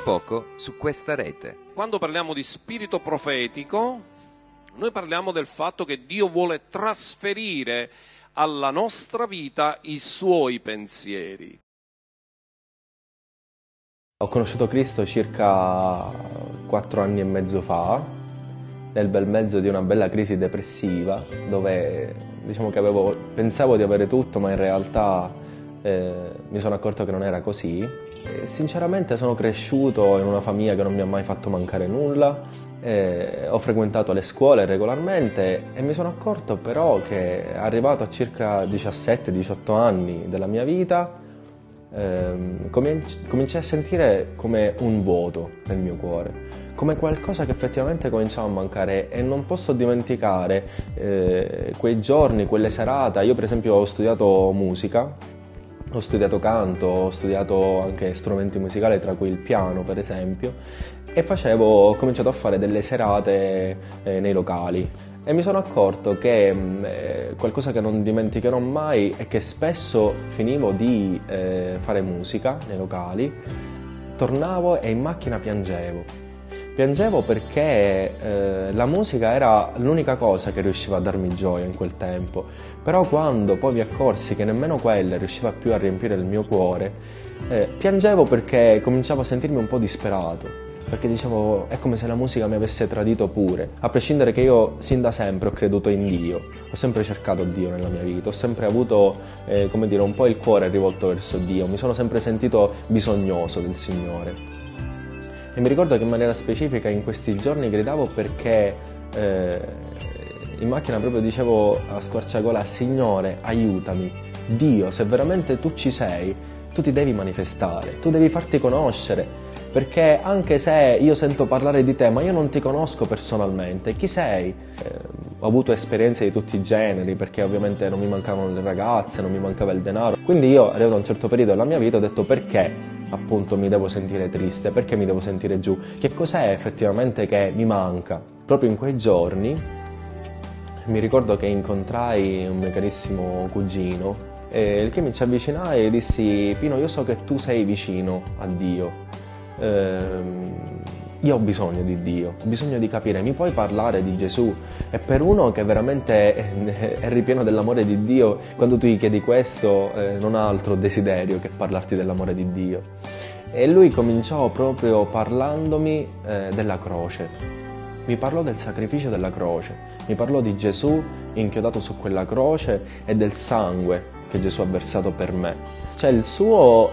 poco su questa rete. Quando parliamo di spirito profetico, noi parliamo del fatto che Dio vuole trasferire alla nostra vita i suoi pensieri. Ho conosciuto Cristo circa 4 anni e mezzo fa, nel bel mezzo di una bella crisi depressiva, dove diciamo che pensavo di avere tutto, ma in realtà mi sono accorto che non era così. E sinceramente sono cresciuto in una famiglia che non mi ha mai fatto mancare nulla, ho frequentato le scuole regolarmente e mi sono accorto però che arrivato a circa 17-18 anni della mia vita cominciai a sentire come un vuoto nel mio cuore, come qualcosa che effettivamente cominciava a mancare, e non posso dimenticare quei giorni, quelle serate. Io per esempio ho studiato musica, ho studiato canto, ho studiato anche strumenti musicali, tra cui il piano per esempio, e ho cominciato a fare delle serate nei locali. E mi sono accorto che qualcosa che non dimenticherò mai è che spesso finivo di fare musica nei locali, tornavo e in macchina piangevo. Piangevo perché la musica era l'unica cosa che riusciva a darmi gioia in quel tempo, però quando poi mi accorsi che nemmeno quella riusciva più a riempire il mio cuore, piangevo perché cominciavo a sentirmi un po' disperato. Perché dicevo, è come se la musica mi avesse tradito pure, a prescindere che io sin da sempre ho creduto in Dio, ho sempre cercato Dio nella mia vita, ho sempre avuto, un po' il cuore rivolto verso Dio, mi sono sempre sentito bisognoso del Signore. E mi ricordo che in maniera specifica in questi giorni gridavo perché in macchina proprio dicevo a squarciagola: Signore, aiutami, Dio, se veramente tu ci sei, tu ti devi manifestare, tu devi farti conoscere. Perché anche se io sento parlare di te, ma io non ti conosco personalmente, chi sei? Ho avuto esperienze di tutti i generi, perché ovviamente non mi mancavano le ragazze, non mi mancava il denaro. Quindi io, arrivato a un certo periodo della mia vita, ho detto: perché appunto mi devo sentire triste? Perché mi devo sentire giù? Che cos'è effettivamente che mi manca? Proprio in quei giorni mi ricordo che incontrai un mio carissimo cugino, il che mi ci avvicinai e dissi: Pino, io so che tu sei vicino a Dio. Io ho bisogno di Dio, ho bisogno di capire, mi puoi parlare di Gesù? E per uno che veramente è ripieno dell'amore di Dio, quando tu gli chiedi questo, non ha altro desiderio che parlarti dell'amore di Dio. E lui cominciò proprio parlandomi della croce. Mi parlò del sacrificio della croce, mi parlò di Gesù inchiodato su quella croce e del sangue che Gesù ha versato per me. Cioè il suo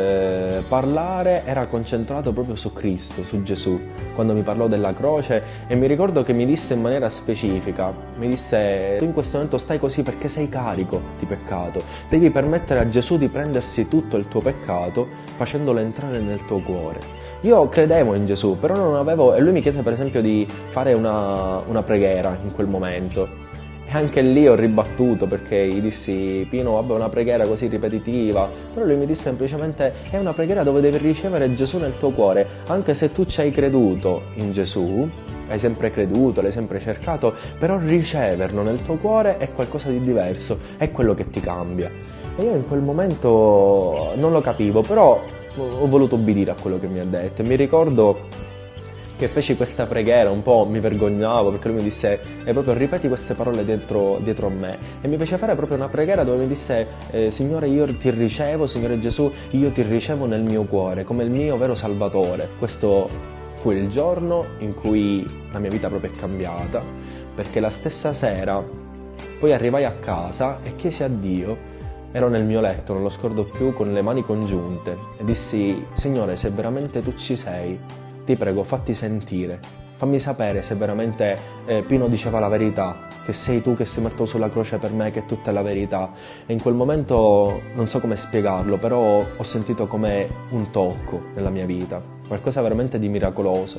parlare era concentrato proprio su Cristo, su Gesù, quando mi parlò della croce. E mi ricordo che mi disse in maniera specifica, mi disse: tu in questo momento stai così perché sei carico di peccato, devi permettere a Gesù di prendersi tutto il tuo peccato facendolo entrare nel tuo cuore. Io credevo in Gesù, però non avevo, e lui mi chiese per esempio di fare una preghiera in quel momento. E anche lì ho ribattuto, perché gli dissi: Pino, vabbè, una preghiera così ripetitiva. Però lui mi disse semplicemente: è una preghiera dove devi ricevere Gesù nel tuo cuore. Anche se tu ci hai creduto in Gesù, hai sempre creduto, l'hai sempre cercato, però riceverlo nel tuo cuore è qualcosa di diverso, è quello che ti cambia. E io in quel momento non lo capivo, però ho voluto obbedire a quello che mi ha detto. E mi ricordo che feci questa preghiera, un po' mi vergognavo, perché lui mi disse: proprio ripeti queste parole dietro a me. E mi fece fare proprio una preghiera dove mi disse: Signore, io ti ricevo, Signore Gesù, io ti ricevo nel mio cuore come il mio vero Salvatore. Questo fu il giorno in cui la mia vita proprio è cambiata, perché la stessa sera poi arrivai a casa e chiesi a Dio, ero nel mio letto, non lo scordo più, con le mani congiunte, e dissi: Signore, se veramente tu ci sei, ti prego, fatti sentire, fammi sapere se veramente Pino diceva la verità, che sei tu che sei morto sulla croce per me, che è tutta la verità. E in quel momento non so come spiegarlo, però ho sentito come un tocco nella mia vita, qualcosa veramente di miracoloso.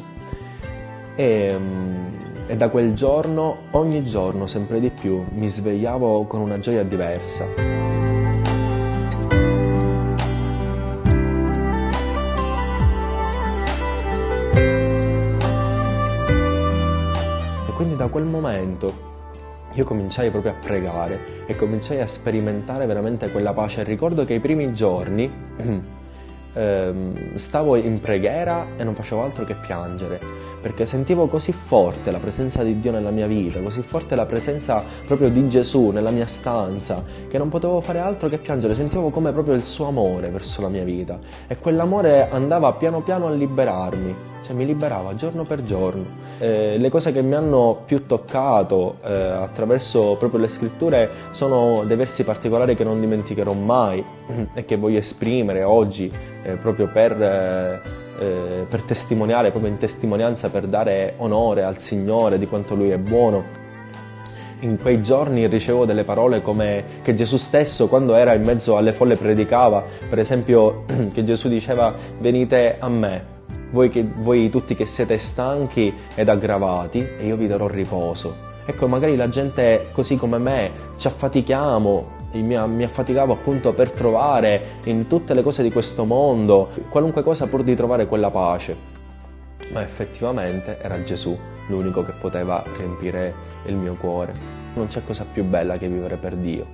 E da quel giorno, ogni giorno, sempre di più, mi svegliavo con una gioia diversa. Quindi da quel momento io cominciai proprio a pregare e cominciai a sperimentare veramente quella pace. Ricordo che i primi giorni stavo in preghiera e non facevo altro che piangere, perché sentivo così forte la presenza di Dio nella mia vita, così forte la presenza proprio di Gesù nella mia stanza, che non potevo fare altro che piangere. Sentivo come proprio il suo amore verso la mia vita, e quell'amore andava piano piano a liberarmi, cioè mi liberava giorno per giorno. Le cose che mi hanno più toccato attraverso proprio le scritture sono dei versi particolari che non dimenticherò mai e che voglio esprimere oggi proprio per testimoniare, proprio in testimonianza, per dare onore al Signore di quanto Lui è buono. In quei giorni ricevevo delle parole come che Gesù stesso, quando era in mezzo alle folle, predicava, per esempio che Gesù diceva: venite a me, voi tutti che siete stanchi ed aggravati, e io vi darò riposo. Ecco, magari la gente così come me ci affatichiamo. Mi affaticavo appunto per trovare in tutte le cose di questo mondo qualunque cosa pur di trovare quella pace, ma effettivamente era Gesù l'unico che poteva riempire il mio cuore. Non c'è cosa più bella che vivere per Dio.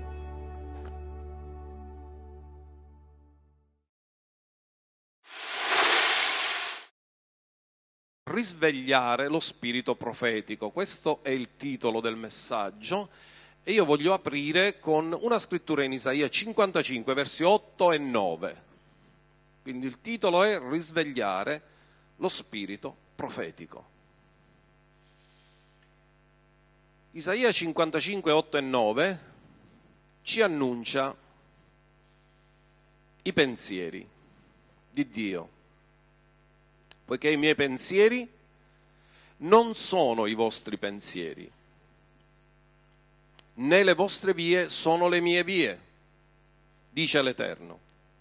Risvegliare lo spirito profetico, questo è il titolo del messaggio. E io voglio aprire con una scrittura in Isaia 55, versi 8 e 9. Quindi il titolo è Risvegliare lo spirito profetico. Isaia 55, 8 e 9 ci annuncia i pensieri di Dio. Poiché i miei pensieri non sono i vostri pensieri, né le vostre vie sono le mie vie, dice l'Eterno.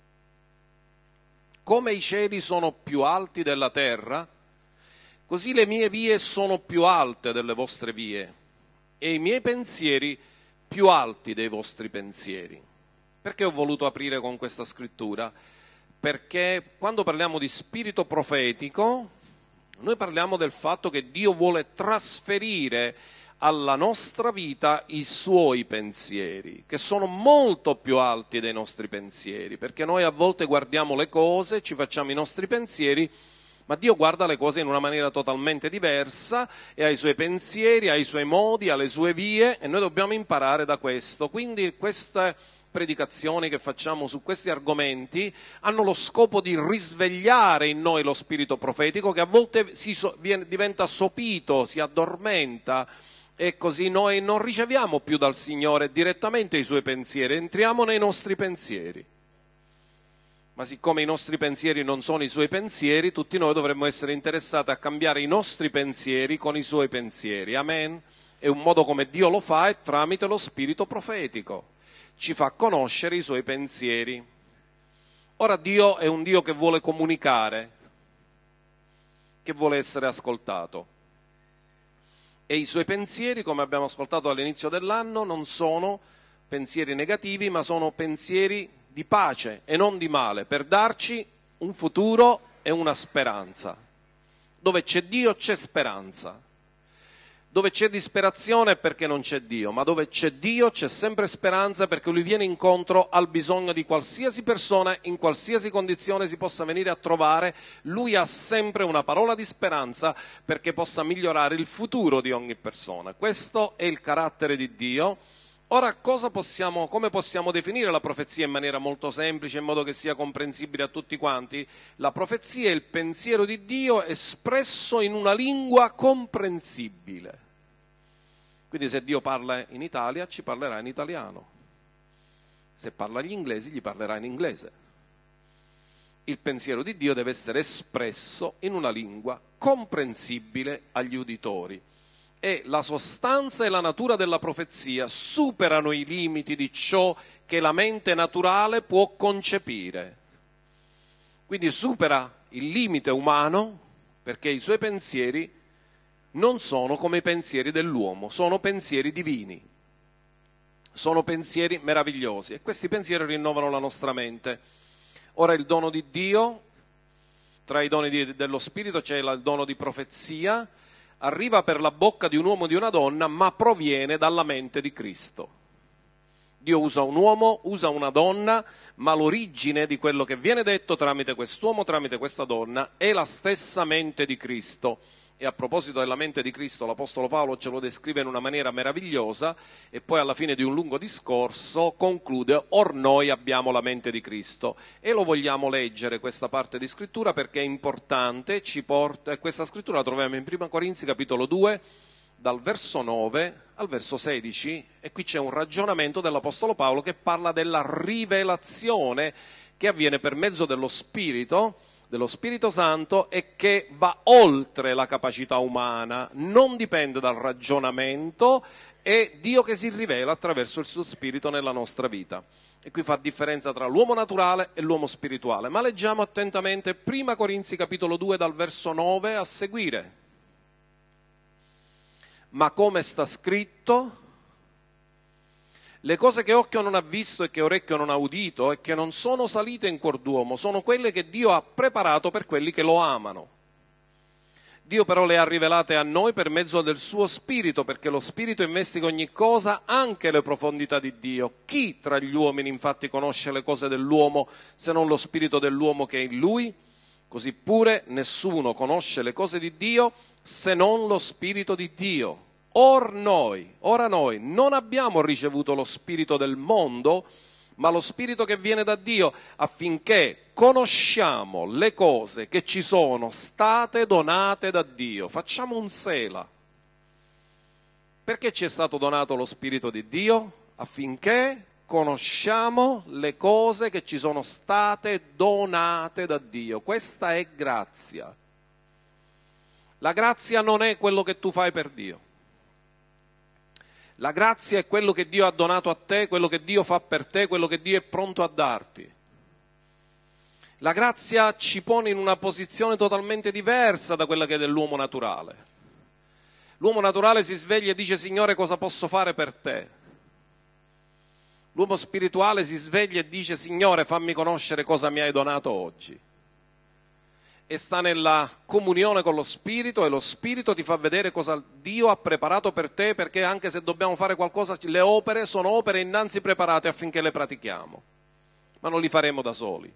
Come i cieli sono più alti della terra, così le mie vie sono più alte delle vostre vie, e i miei pensieri più alti dei vostri pensieri. Perché ho voluto aprire con questa scrittura? Perché quando parliamo di spirito profetico, noi parliamo del fatto che Dio vuole trasferire alla nostra vita i suoi pensieri, che sono molto più alti dei nostri pensieri, perché noi a volte guardiamo le cose, ci facciamo i nostri pensieri, ma Dio guarda le cose in una maniera totalmente diversa e ha i suoi pensieri, ha i suoi modi, ha le sue vie, e noi dobbiamo imparare da questo. Quindi queste predicazioni che facciamo su questi argomenti hanno lo scopo di risvegliare in noi lo spirito profetico, che a volte diventa sopito, si addormenta, e così noi non riceviamo più dal Signore direttamente i suoi pensieri, entriamo nei nostri pensieri. Ma siccome i nostri pensieri non sono i suoi pensieri, tutti noi dovremmo essere interessati a cambiare i nostri pensieri con i suoi pensieri. Amen? E un modo come Dio lo fa è tramite lo spirito profetico. Ci fa conoscere i suoi pensieri. Ora Dio è un Dio che vuole comunicare, che vuole essere ascoltato. E i suoi pensieri, come abbiamo ascoltato all'inizio dell'anno, non sono pensieri negativi, ma sono pensieri di pace e non di male, per darci un futuro e una speranza. Dove c'è Dio c'è speranza. Dove c'è disperazione è perché non c'è Dio, ma dove c'è Dio c'è sempre speranza, perché Lui viene incontro al bisogno di qualsiasi persona, in qualsiasi condizione si possa venire a trovare. Lui ha sempre una parola di speranza perché possa migliorare il futuro di ogni persona. Questo è il carattere di Dio. Ora, come possiamo definire la profezia in maniera molto semplice, in modo che sia comprensibile a tutti quanti? La profezia è il pensiero di Dio espresso in una lingua comprensibile. Quindi se Dio parla in Italia, ci parlerà in italiano. Se parla agli inglesi, gli parlerà in inglese. Il pensiero di Dio deve essere espresso in una lingua comprensibile agli uditori. E la sostanza e la natura della profezia superano i limiti di ciò che la mente naturale può concepire. Quindi supera il limite umano, perché i suoi pensieri non sono come i pensieri dell'uomo, sono pensieri divini, sono pensieri meravigliosi, e questi pensieri rinnovano la nostra mente. Ora il dono di Dio, tra i doni dello Spirito c'è il dono di profezia, arriva per la bocca di un uomo o di una donna, ma proviene dalla mente di Cristo. Dio usa un uomo, usa una donna, ma l'origine di quello che viene detto tramite quest'uomo, tramite questa donna, è la stessa mente di Cristo. E a proposito della mente di Cristo, l'Apostolo Paolo ce lo descrive in una maniera meravigliosa e poi alla fine di un lungo discorso conclude: or noi abbiamo la mente di Cristo. E lo vogliamo leggere questa parte di scrittura perché è importante, questa scrittura la troviamo in 1 Corinzi capitolo 2, dal verso 9 al verso 16, e qui c'è un ragionamento dell'Apostolo Paolo che parla della rivelazione che avviene per mezzo dello Spirito Santo e che va oltre la capacità umana, non dipende dal ragionamento, è Dio che si rivela attraverso il suo Spirito nella nostra vita. E qui fa differenza tra l'uomo naturale e l'uomo spirituale. Ma leggiamo attentamente 1 Corinzi capitolo 2 dal verso 9 a seguire. Ma come sta scritto, le cose che occhio non ha visto e che orecchio non ha udito e che non sono salite in cuor d'uomo sono quelle che Dio ha preparato per quelli che lo amano. Dio però le ha rivelate a noi per mezzo del suo Spirito, perché lo Spirito investiga ogni cosa, anche le profondità di Dio. Chi tra gli uomini infatti conosce le cose dell'uomo se non lo Spirito dell'uomo che è in lui? Così pure nessuno conosce le cose di Dio se non lo Spirito di Dio. Ora noi non abbiamo ricevuto lo spirito del mondo, ma lo Spirito che viene da Dio, affinché conosciamo le cose che ci sono state donate da Dio. Facciamo un sela. Perché ci è stato donato lo Spirito di Dio? Affinché conosciamo le cose che ci sono state donate da Dio. Questa è grazia. La grazia non è quello che tu fai per Dio. La grazia è quello che Dio ha donato a te, quello che Dio fa per te, quello che Dio è pronto a darti. La grazia ci pone in una posizione totalmente diversa da quella che è dell'uomo naturale. L'uomo naturale si sveglia e dice: Signore, cosa posso fare per te? L'uomo spirituale si sveglia e dice: Signore, fammi conoscere cosa mi hai donato oggi. E sta nella comunione con lo Spirito, e lo Spirito ti fa vedere cosa Dio ha preparato per te, perché anche se dobbiamo fare qualcosa, le opere sono opere innanzi preparate affinché le pratichiamo, ma non li faremo da soli.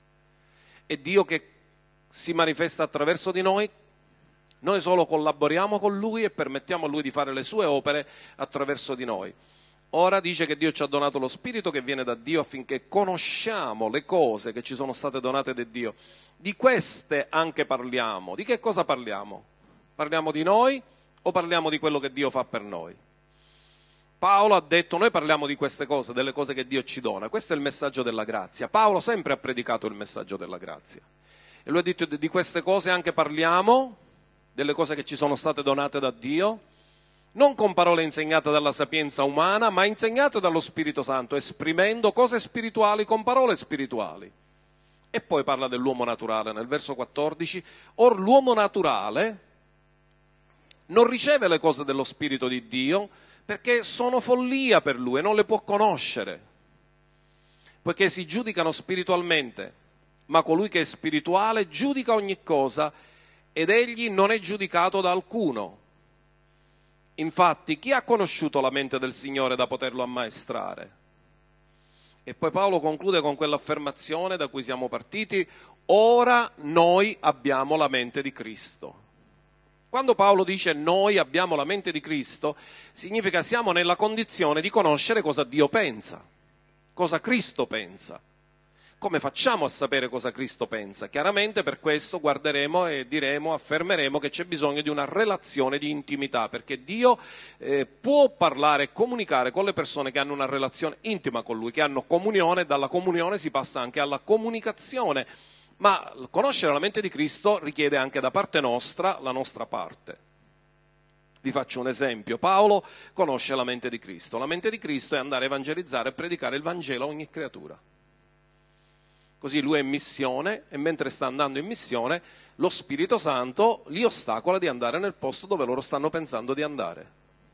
È Dio che si manifesta attraverso di noi solo collaboriamo con Lui e permettiamo a Lui di fare le sue opere attraverso di noi. Ora dice che Dio ci ha donato lo Spirito che viene da Dio affinché conosciamo le cose che ci sono state donate da Dio. Di queste anche parliamo. Di che cosa parliamo? Parliamo di noi o parliamo di quello che Dio fa per noi? Paolo ha detto: noi parliamo di queste cose, delle cose che Dio ci dona. Questo è il messaggio della grazia. Paolo sempre ha predicato il messaggio della grazia. E lui ha detto: di queste cose anche parliamo, delle cose che ci sono state donate da Dio, non con parole insegnate dalla sapienza umana, ma insegnate dallo Spirito Santo, esprimendo cose spirituali con parole spirituali. E poi parla dell'uomo naturale nel verso 14. Or l'uomo naturale non riceve le cose dello Spirito di Dio perché sono follia per lui e non le può conoscere, poiché si giudicano spiritualmente, ma colui che è spirituale giudica ogni cosa ed egli non è giudicato da alcuno. Infatti, chi ha conosciuto la mente del Signore da poterlo ammaestrare? E poi Paolo conclude con quell'affermazione da cui siamo partiti: ora noi abbiamo la mente di Cristo. Quando Paolo dice noi abbiamo la mente di Cristo, significa siamo nella condizione di conoscere cosa Dio pensa, cosa Cristo pensa. Come facciamo a sapere cosa Cristo pensa? Chiaramente per questo guarderemo e affermeremo che c'è bisogno di una relazione di intimità, perché Dio può parlare e comunicare con le persone che hanno una relazione intima con Lui, che hanno comunione, dalla comunione si passa anche alla comunicazione, ma conoscere la mente di Cristo richiede anche da parte nostra la nostra parte. Vi faccio un esempio: Paolo conosce la mente di Cristo. La mente di Cristo è andare a evangelizzare e predicare il Vangelo a ogni creatura. Così lui è in missione e mentre sta andando in missione lo Spirito Santo li ostacola di andare nel posto dove loro stanno pensando di andare.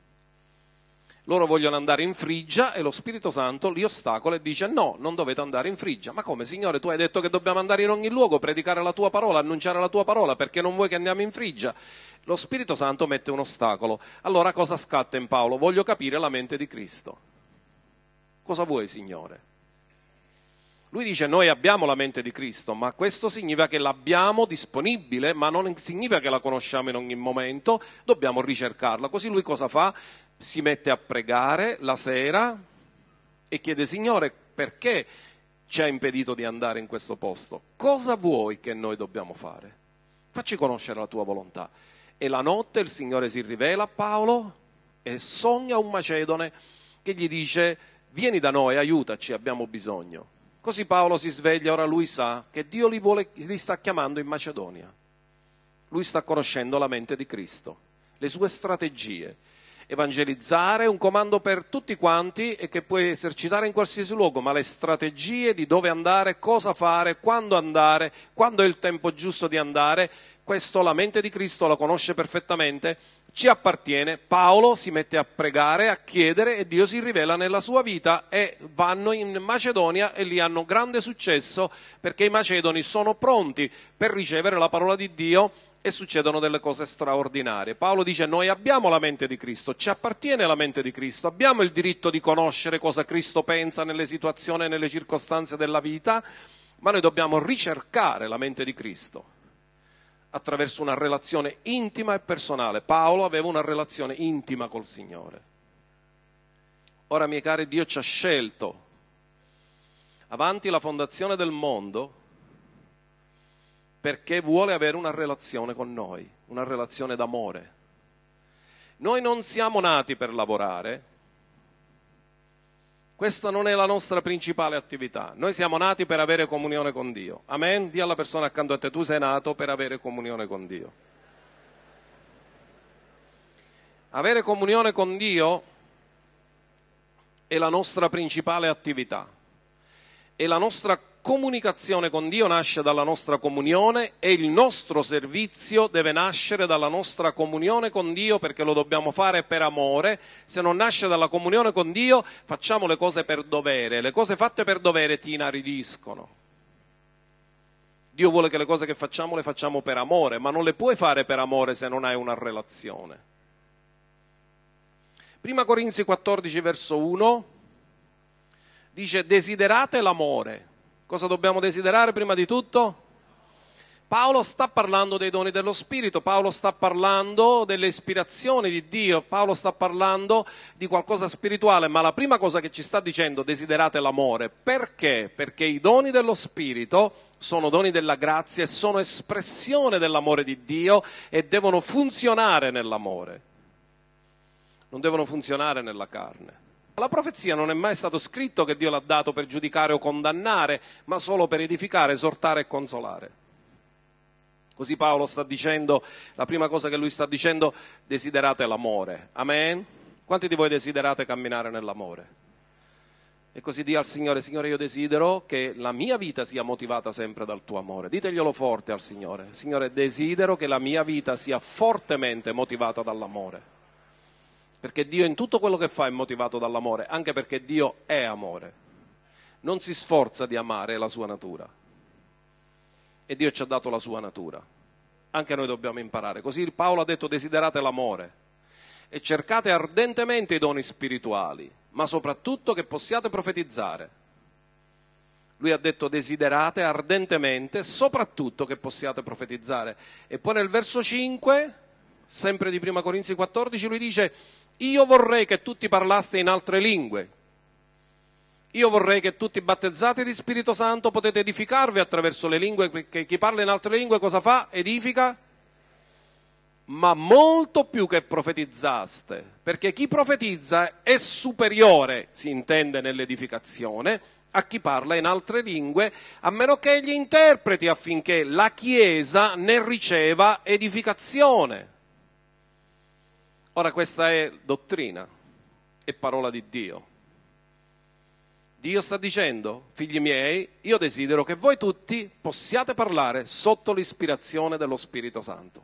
Loro vogliono andare in Frigia e lo Spirito Santo li ostacola e dice: no, non dovete andare in Frigia. Ma come, Signore, tu hai detto che dobbiamo andare in ogni luogo, predicare la tua parola, annunciare la tua parola, perché non vuoi che andiamo in Frigia? Lo Spirito Santo mette un ostacolo. Allora cosa scatta in Paolo? Voglio capire la mente di Cristo. Cosa vuoi, Signore? Lui dice: noi abbiamo la mente di Cristo, ma questo significa che l'abbiamo disponibile, ma non significa che la conosciamo in ogni momento, dobbiamo ricercarla. Così lui cosa fa? Si mette a pregare la sera e chiede: Signore, perché ci ha impedito di andare in questo posto? Cosa vuoi che noi dobbiamo fare? Facci conoscere la tua volontà. E la notte il Signore si rivela a Paolo e sogna un macedone che gli dice: vieni da noi, aiutaci, abbiamo bisogno. Così Paolo si sveglia, ora lui sa che Dio li sta chiamando in Macedonia. Lui sta conoscendo la mente di Cristo, le sue strategie. Evangelizzare è un comando per tutti quanti e che puoi esercitare in qualsiasi luogo, ma le strategie di dove andare, cosa fare, quando è il tempo giusto di andare, questo la mente di Cristo la conosce perfettamente, ci appartiene. Paolo si mette a pregare, a chiedere e Dio si rivela nella sua vita e vanno in Macedonia e lì hanno grande successo perché i macedoni sono pronti per ricevere la parola di Dio e succedono delle cose straordinarie. Paolo dice: noi abbiamo la mente di Cristo, ci appartiene la mente di Cristo, abbiamo il diritto di conoscere cosa Cristo pensa nelle situazioni e nelle circostanze della vita, ma noi dobbiamo ricercare la mente di Cristo attraverso una relazione intima e personale. Paolo aveva una relazione intima col Signore. Ora, miei cari, Dio ci ha scelto avanti la fondazione del mondo perché vuole avere una relazione con noi, una relazione d'amore. Noi non siamo nati per lavorare, questa non è la nostra principale attività. Noi siamo nati per avere comunione con Dio. Amen? Dì alla persona accanto a te: tu sei nato per avere comunione con Dio. Avere comunione con Dio è la nostra principale attività. E la nostra comunicazione con Dio nasce dalla nostra comunione e il nostro servizio deve nascere dalla nostra comunione con Dio, perché lo dobbiamo fare per amore. Se non nasce dalla comunione con Dio, facciamo le cose per dovere. Le cose fatte per dovere ti inaridiscono. Dio vuole che le cose che facciamo le facciamo per amore, ma non le puoi fare per amore se non hai una relazione. Prima Corinzi 14 verso 1 dice: desiderate l'amore. Cosa dobbiamo desiderare prima di tutto? Paolo sta parlando dei doni dello Spirito, Paolo sta parlando delle ispirazioni di Dio, Paolo sta parlando di qualcosa spirituale, ma la prima cosa che ci sta dicendo: desiderate l'amore. Perché? Perché i doni dello Spirito sono doni della grazia e sono espressione dell'amore di Dio e devono funzionare nell'amore, non devono funzionare nella carne. La profezia non è mai stato scritto che Dio l'ha dato per giudicare o condannare, ma solo per edificare, esortare e consolare. Così Paolo sta dicendo, la prima cosa che lui sta dicendo: desiderate l'amore. Amen? Quanti di voi desiderate camminare nell'amore? E così dì al Signore: Signore, io desidero che la mia vita sia motivata sempre dal tuo amore. Diteglielo forte al Signore: Signore, desidero che la mia vita sia fortemente motivata dall'amore. Perché Dio in tutto quello che fa è motivato dall'amore, anche perché Dio è amore. Non si sforza di amare, è la sua natura. E Dio ci ha dato la sua natura. Anche noi dobbiamo imparare. Così Paolo ha detto: desiderate l'amore e cercate ardentemente i doni spirituali, ma soprattutto che possiate profetizzare. Lui ha detto: desiderate ardentemente, soprattutto che possiate profetizzare. E poi nel verso 5, sempre di Prima Corinzi 14, lui dice: io vorrei che tutti parlaste in altre lingue. Io vorrei che tutti battezzati di Spirito Santo potete edificarvi attraverso le lingue, perché chi parla in altre lingue cosa fa? Edifica? Ma molto più che profetizzaste, perché chi profetizza è superiore, si intende nell'edificazione, a chi parla in altre lingue, a meno che egli interpreti, affinché la Chiesa ne riceva edificazione. Ora, questa è dottrina, è parola di Dio. Dio sta dicendo: figli miei, io desidero che voi tutti possiate parlare sotto l'ispirazione dello Spirito Santo.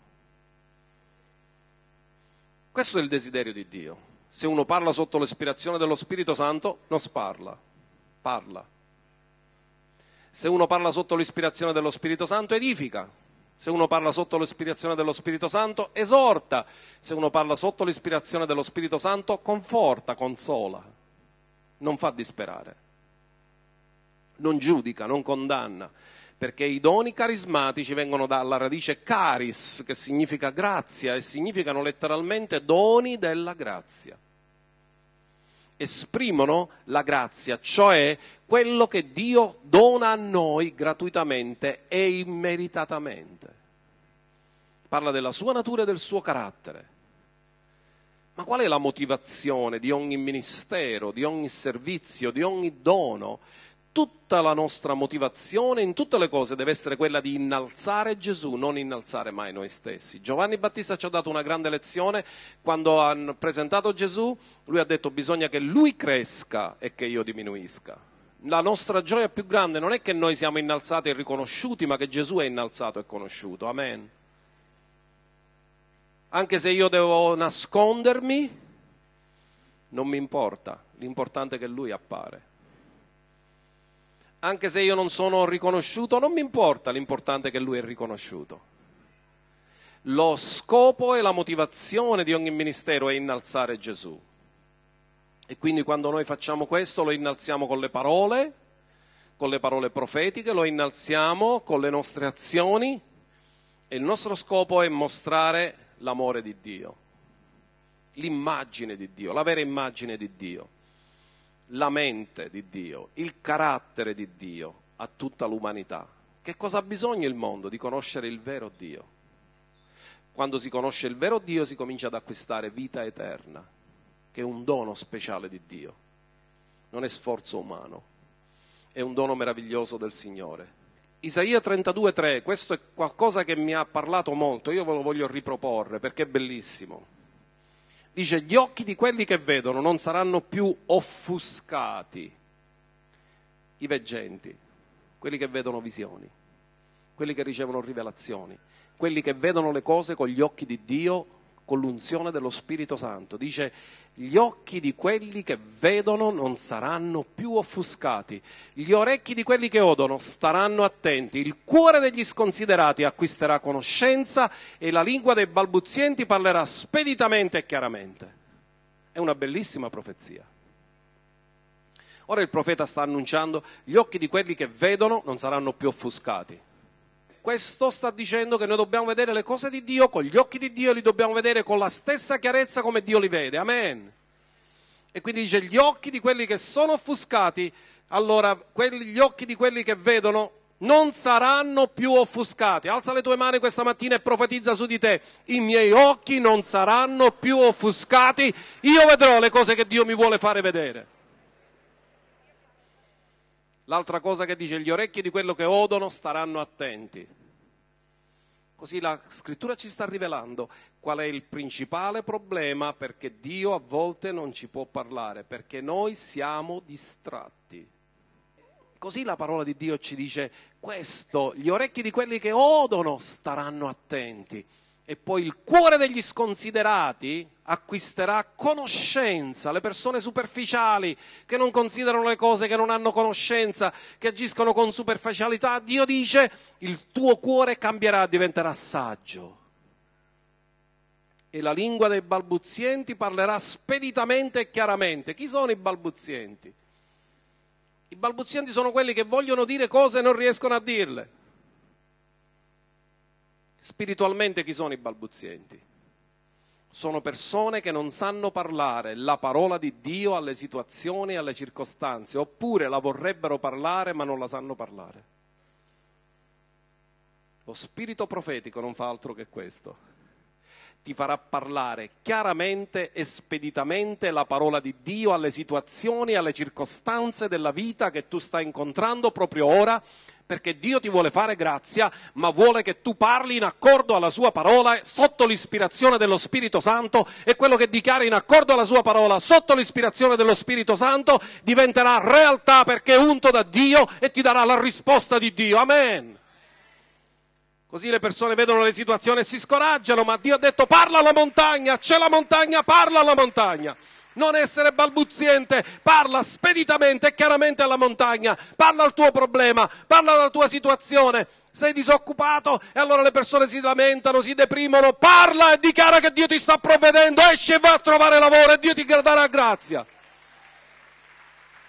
Questo è il desiderio di Dio. Se uno parla sotto l'ispirazione dello Spirito Santo, non sparla, parla. Se uno parla sotto l'ispirazione dello Spirito Santo, edifica. Se uno parla sotto l'ispirazione dello Spirito Santo, esorta. Se uno parla sotto l'ispirazione dello Spirito Santo, conforta, consola. non fa disperare, non giudica, non condanna, perché i doni carismatici vengono dalla radice caris, che significa grazia, e significano letteralmente doni della grazia. Esprimono la grazia, cioè quello che Dio dona a noi gratuitamente e immeritatamente. Parla della sua natura e del suo carattere. Ma qual è la motivazione di ogni ministero, di ogni servizio, di ogni dono? Tutta la nostra motivazione in tutte le cose deve essere quella di innalzare Gesù, non innalzare mai noi stessi. Giovanni Battista ci ha dato una grande lezione quando hanno presentato Gesù. Lui ha detto: bisogna che Lui cresca e che io diminuisca. La nostra gioia più grande non è che noi siamo innalzati e riconosciuti, ma che Gesù è innalzato e conosciuto. Amen. Anche se io devo nascondermi, non mi importa, l'importante è che Lui appare. Anche se io non sono riconosciuto, non mi importa, l'importante è che Lui è riconosciuto. Lo scopo e la motivazione di ogni ministero è innalzare Gesù. E quindi quando noi facciamo questo lo innalziamo con le parole profetiche, lo innalziamo con le nostre azioni, e il nostro scopo è mostrare l'amore di Dio, l'immagine di Dio, la vera immagine di Dio, la mente di Dio, il carattere di Dio a tutta l'umanità. Che cosa ha bisogno il mondo? Di conoscere il vero Dio. Quando si conosce il vero Dio si comincia ad acquistare vita eterna, che è un dono speciale di Dio, non è sforzo umano, è un dono meraviglioso del Signore. Isaia 32,3, questo è qualcosa che mi ha parlato molto, io ve lo voglio riproporre perché è bellissimo. Dice: gli occhi di quelli che vedono non saranno più offuscati, i veggenti, quelli che vedono visioni, quelli che ricevono rivelazioni, quelli che vedono le cose con gli occhi di Dio, con l'unzione dello Spirito Santo. Dice: gli occhi di quelli che vedono non saranno più offuscati, gli orecchi di quelli che odono staranno attenti, il cuore degli sconsiderati acquisterà conoscenza e la lingua dei balbuzienti parlerà speditamente e chiaramente. È una bellissima profezia. Ora il profeta sta annunciando: gli occhi di quelli che vedono non saranno più offuscati. Questo sta dicendo che noi dobbiamo vedere le cose di Dio con gli occhi di Dio, li dobbiamo vedere con la stessa chiarezza come Dio li vede. Amen. E quindi dice: gli occhi di quelli che sono offuscati, allora gli occhi di quelli che vedono non saranno più offuscati. Alza le tue mani questa mattina e profetizza su di te: i miei occhi non saranno più offuscati, io vedrò le cose che Dio mi vuole fare vedere. L'altra cosa che dice: gli orecchi di quello che odono staranno attenti. Così la scrittura ci sta rivelando qual è il principale problema perché Dio a volte non ci può parlare, perché noi siamo distratti. Così la parola di Dio ci dice questo: gli orecchi di quelli che odono staranno attenti. E poi il cuore degli sconsiderati acquisterà conoscenza. Le persone superficiali che non considerano le cose, che non hanno conoscenza, che agiscono con superficialità, Dio dice: il tuo cuore cambierà, diventerà saggio. E la lingua dei balbuzienti parlerà speditamente e chiaramente. Chi sono i balbuzienti? I balbuzienti sono quelli che vogliono dire cose e non riescono a dirle. Spiritualmente chi sono i balbuzienti? Sono persone che non sanno parlare la parola di Dio alle situazioni e alle circostanze, oppure la vorrebbero parlare ma non la sanno parlare. Lo spirito profetico non fa altro che questo. Ti farà parlare chiaramente e speditamente la parola di Dio alle situazioni e alle circostanze della vita che tu stai incontrando proprio ora, perché Dio ti vuole fare grazia, ma vuole che tu parli in accordo alla sua parola, sotto l'ispirazione dello Spirito Santo, e quello che dichiari in accordo alla sua parola, sotto l'ispirazione dello Spirito Santo, diventerà realtà perché è unto da Dio e ti darà la risposta di Dio. Amen. Così le persone vedono le situazioni e si scoraggiano, ma Dio ha detto: parla alla montagna, c'è la montagna, parla alla montagna. Non essere balbuziente, parla speditamente e chiaramente alla montagna, parla al tuo problema, parla alla tua situazione. Sei disoccupato e allora le persone si lamentano, si deprimono, parla e dichiara che Dio ti sta provvedendo, esci e va a trovare lavoro e Dio ti darà grazia.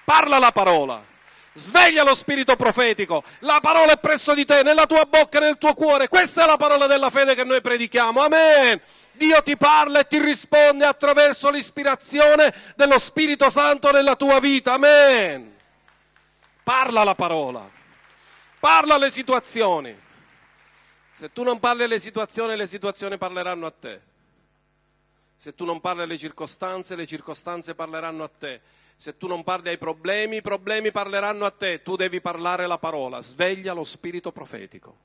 Parla la parola. Sveglia lo spirito profetico. La parola è presso di te, nella tua bocca e nel tuo cuore. Questa è la parola della fede che noi predichiamo. Amen. Dio ti parla e ti risponde attraverso l'ispirazione dello Spirito Santo nella tua vita. Amen. Parla la parola. Parla alle situazioni. Se tu non parli alle situazioni, le situazioni parleranno a te. Se tu non parli alle circostanze, le circostanze parleranno a te. Se tu non parli ai problemi, i problemi parleranno a te. Tu devi parlare la parola. Sveglia lo spirito profetico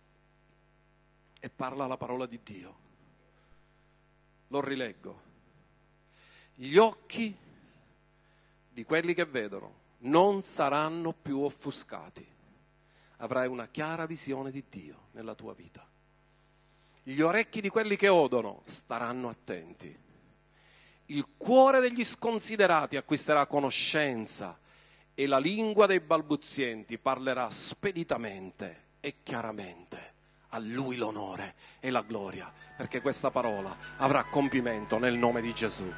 e parla la parola di Dio. Lo rileggo. Gli occhi di quelli che vedono non saranno più offuscati. Avrai una chiara visione di Dio nella tua vita. Gli orecchi di quelli che odono staranno attenti. Il cuore degli sconsiderati acquisterà conoscenza e la lingua dei balbuzienti parlerà speditamente e chiaramente. A Lui l'onore e la gloria, perché questa parola avrà compimento nel nome di Gesù.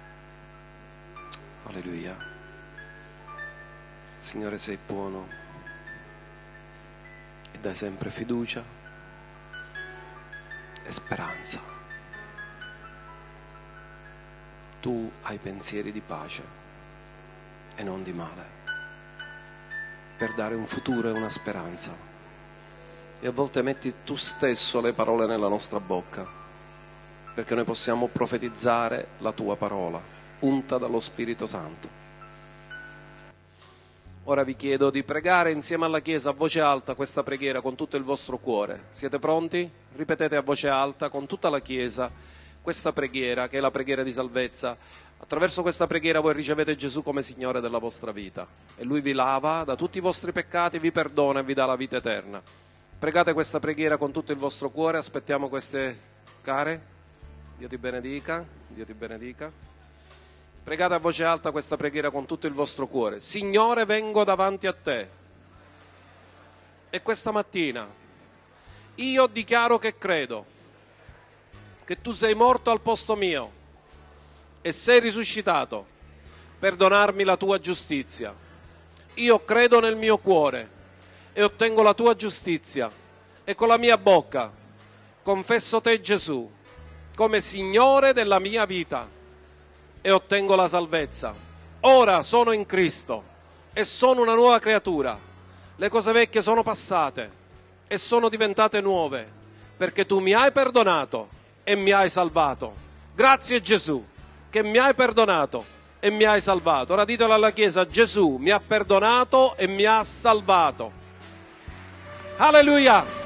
Alleluia. Signore, sei buono e dai sempre fiducia e speranza. Tu hai pensieri di pace e non di male, per dare un futuro e una speranza. E a volte metti tu stesso le parole nella nostra bocca, perché noi possiamo profetizzare la tua parola, unta dallo Spirito Santo. Ora vi chiedo di pregare insieme alla Chiesa a voce alta questa preghiera con tutto il vostro cuore. Siete pronti? Ripetete a voce alta con tutta la Chiesa questa preghiera, che è la preghiera di salvezza. Attraverso questa preghiera voi ricevete Gesù come Signore della vostra vita e Lui vi lava da tutti i vostri peccati, vi perdona e vi dà la vita eterna. Pregate questa preghiera con tutto il vostro cuore. Aspettiamo queste care. Dio ti benedica, Dio ti benedica. Pregate a voce alta questa preghiera con tutto il vostro cuore. Signore, vengo davanti a te e questa mattina io dichiaro che credo che tu sei morto al posto mio e sei risuscitato per donarmi la tua giustizia. Io credo nel mio cuore e ottengo la tua giustizia e con la mia bocca confesso te, Gesù, come Signore della mia vita e ottengo la salvezza. Ora sono in Cristo e sono una nuova creatura. Le cose vecchie sono passate e sono diventate nuove, perché tu mi hai perdonato e mi hai salvato. Grazie Gesù che mi hai perdonato e mi hai salvato. Ora ditelo alla Chiesa: Gesù mi ha perdonato e mi ha salvato. Alleluia!